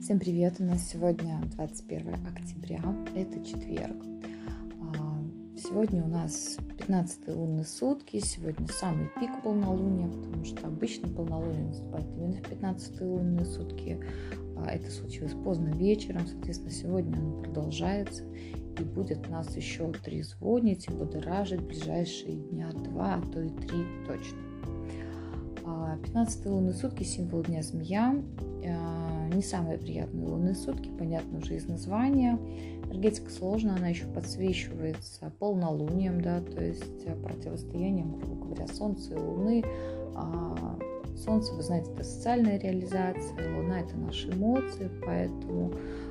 Всем привет! У нас сегодня 21 октября, это четверг. Сегодня у нас 15-е лунные сутки, сегодня самый пик полнолуния, потому что обычно полнолуние наступает именно в 15-е лунные сутки. Это случилось поздно вечером, соответственно, сегодня оно продолжается и будет нас еще трезвонить и будоражить в ближайшие дня 2, а то и 3 точно. 15-е лунные сутки, символ дня змея. Не самые приятные лунные сутки, понятно уже из названия. Энергетика сложная, она еще подсвечивается полнолунием, да, то есть противостоянием, грубо говоря, Солнца и Луны. Солнце, вы знаете, это социальная реализация, Луна — это наши эмоции, поэтому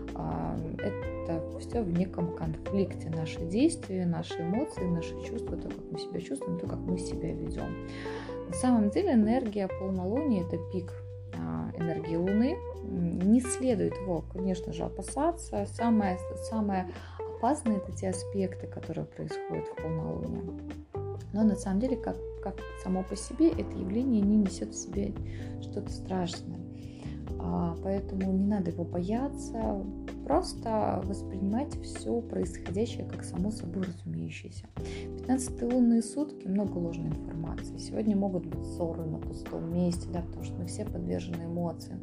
это все в неком конфликте. Наши действия, наши эмоции, наши чувства, то, как мы себя чувствуем, то, как мы себя ведем. На самом деле энергия полнолуния — это пик энергии Луны. Не следует его, конечно же, опасаться. Самое опасное — это те аспекты, которые происходят в полнолуние. Но на самом деле, как само по себе, это явление не несет в себе что-то страшное. Поэтому не надо его бояться. Просто воспринимайте все происходящее как само собой разумеющееся. 15-е лунные сутки, много ложной информации. Сегодня могут быть ссоры на пустом месте, да, потому что мы все подвержены эмоциям.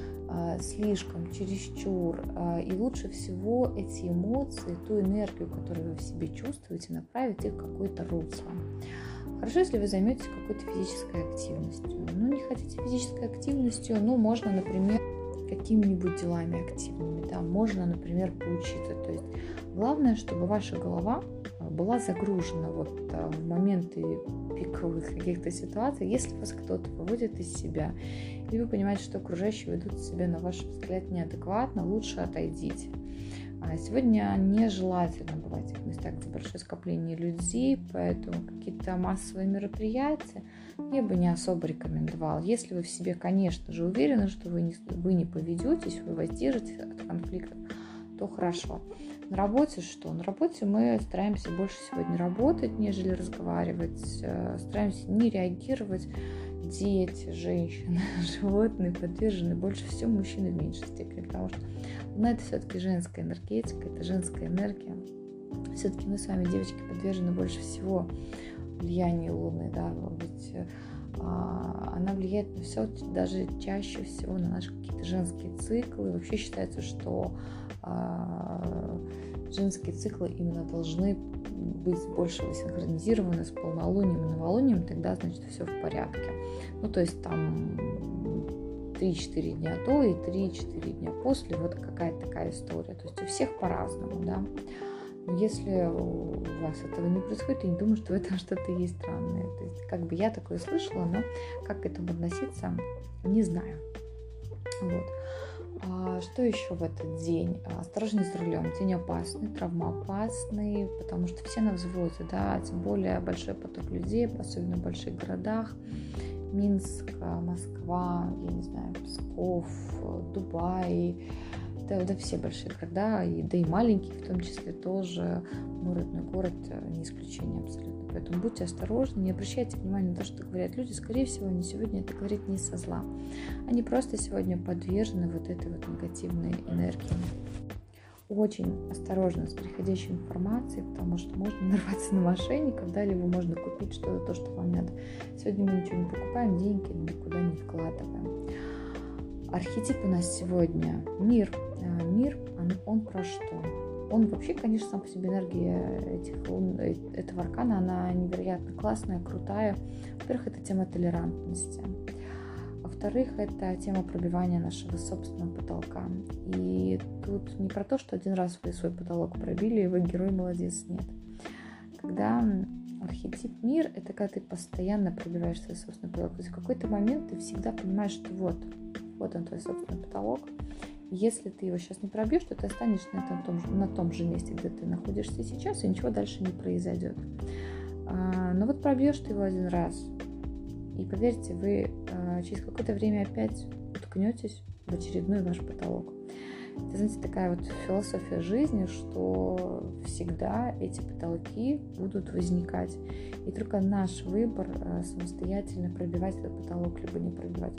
Слишком, чересчур. И лучше всего эти эмоции, ту энергию, которую вы в себе чувствуете, направить их в какое-то русло. Хорошо, если вы займетесь какой-то физической активностью. Не хотите физической активностью, можно, например, какими-нибудь делами активными, да, можно, например, поучиться. То есть главное, чтобы ваша голова была загружена в моменты пиковых каких-то ситуаций. Если вас кто-то выводит из себя, и вы понимаете, что окружающие ведут себя, на ваш взгляд, неадекватно, лучше отойдите. Сегодня нежелательно бывать в местах, где большое скопление людей, поэтому какие-то массовые мероприятия я бы не особо рекомендовала. Если вы в себе, конечно же, уверены, что вы не поведетесь, вы воздержитесь от конфликтов, то хорошо. На работе что? На работе мы стараемся больше сегодня работать, нежели разговаривать, стараемся не реагировать. Дети, женщины, животные подвержены больше всего, мужчины в меньшей степени, потому что Луна — это все-таки женская энергетика, это женская энергия. Все-таки мы с вами, девочки, подвержены больше всего влиянию Луны, да, ведь она влияет на все, даже чаще всего на наши какие-то женские циклы. Вообще считается, что женские циклы именно должны быть больше синхронизированы с полнолунием и новолунием, тогда, значит, все в порядке. То есть там 3-4 дня до и 3-4 дня после, какая-то такая история. То есть у всех по-разному, да. Но если у вас этого не происходит, я не думаю, что в этом что-то есть странное. То есть, я такое слышала, но как к этому относиться, не знаю. Что еще в этот день? Осторожнее с рулем. День опасный, травмоопасный, потому что все на взводе, да, тем более большой поток людей, особенно в больших городах. Минск, Москва, я не знаю, Псков, Дубай, да все большие города, да и маленькие в том числе тоже. Мой родной город не исключение абсолютно. Поэтому будьте осторожны, не обращайте внимания на то, что говорят люди. Скорее всего, они сегодня это говорят не со зла. Они просто сегодня подвержены этой негативной энергии. Очень осторожно с приходящей информацией, потому что можно нарваться на мошенников, да, либо можно купить что-то, то, что вам надо. Сегодня мы ничего не покупаем, деньги никуда не вкладываем. Архетип у нас сегодня мир. Мир, он про что? Он вообще, конечно, сам по себе энергия этого аркана, она невероятно классная, крутая. Во-первых, это тема толерантности. Во-вторых, это тема пробивания нашего собственного потолка. И тут не про то, что один раз вы свой потолок пробили, и вы герой, молодец, нет. Когда архетип мир, это когда ты постоянно пробиваешь свой собственный потолок. То есть в какой-то момент ты всегда понимаешь, что вот он твой собственный потолок. Если ты его сейчас не пробьешь, то ты останешься на том же месте, где ты находишься сейчас, и ничего дальше не произойдет. Но пробьешь ты его один раз, и поверьте, вы через какое-то время опять уткнетесь в очередной ваш потолок. Это, знаете, такая философия жизни, что всегда эти потолки будут возникать. И только наш выбор самостоятельно пробивать этот потолок, либо не пробивать.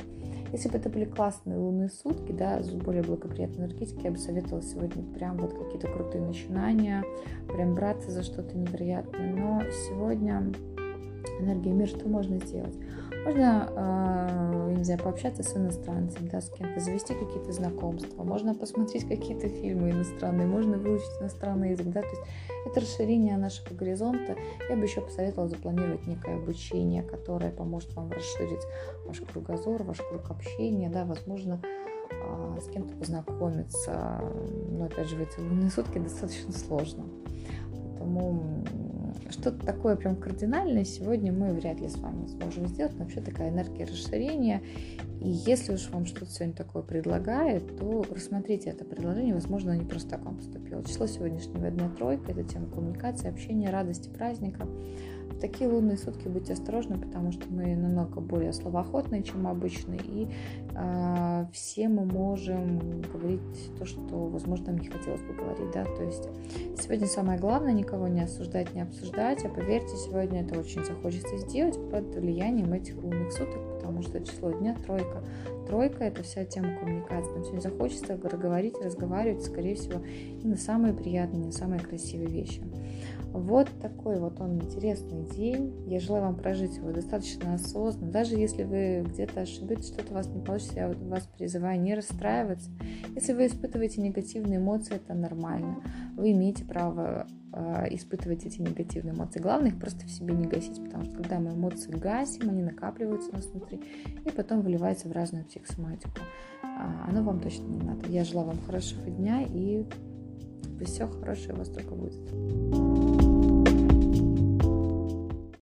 Если бы это были классные лунные сутки, да, с более благоприятной энергетикой, я бы советовала сегодня прям вот какие-то крутые начинания, прям браться за что-то невероятное. Но сегодня энергия мира, что можно сделать? Можно, я не знаю, пообщаться с иностранцем, да, с кем-то, завести какие-то знакомства, можно посмотреть какие-то фильмы иностранные, можно выучить иностранный язык, да, то есть это расширение нашего горизонта. Я бы еще посоветовала запланировать некое обучение, которое поможет вам расширить ваш кругозор, ваш круг общения, да, возможно, с кем-то познакомиться, но опять же в эти лунные сутки достаточно сложно, поэтому что-то такое прям кардинальное сегодня мы вряд ли с вами сможем сделать, но вообще такая энергия расширения, и если уж вам что-то сегодня такое предлагает, то рассмотрите это предложение, возможно, не просто так вам поступило. Число сегодняшнего дня 3, это тема коммуникации, общения, радости, праздника. В такие лунные сутки будьте осторожны, потому что мы намного более словоохотные, чем обычно, и все мы можем говорить то, что, возможно, нам не хотелось бы говорить, да, то есть сегодня самое главное никого не осуждать, не обсуждать, а поверьте, сегодня это очень захочется сделать под влиянием этих лунных суток, потому что число дня 3. 3 – это вся тема коммуникации. Нам сегодня захочется говорить, разговаривать, скорее всего, и на самые приятные, на самые красивые вещи. Вот такой вот он интересный день. Я желаю вам прожить его достаточно осознанно. Даже если вы где-то ошибетесь, что-то у вас не получится, я вас призываю не расстраиваться. Если вы испытываете негативные эмоции, это нормально. Вы имеете право испытывать эти негативные эмоции. Главное их просто в себе не гасить, потому что когда мы эмоции гасим, они накапливаются у нас внутри и потом выливаются в разную психосоматику. Оно вам точно не надо. Я желаю вам хорошего дня и пусть все хорошее у вас только будет.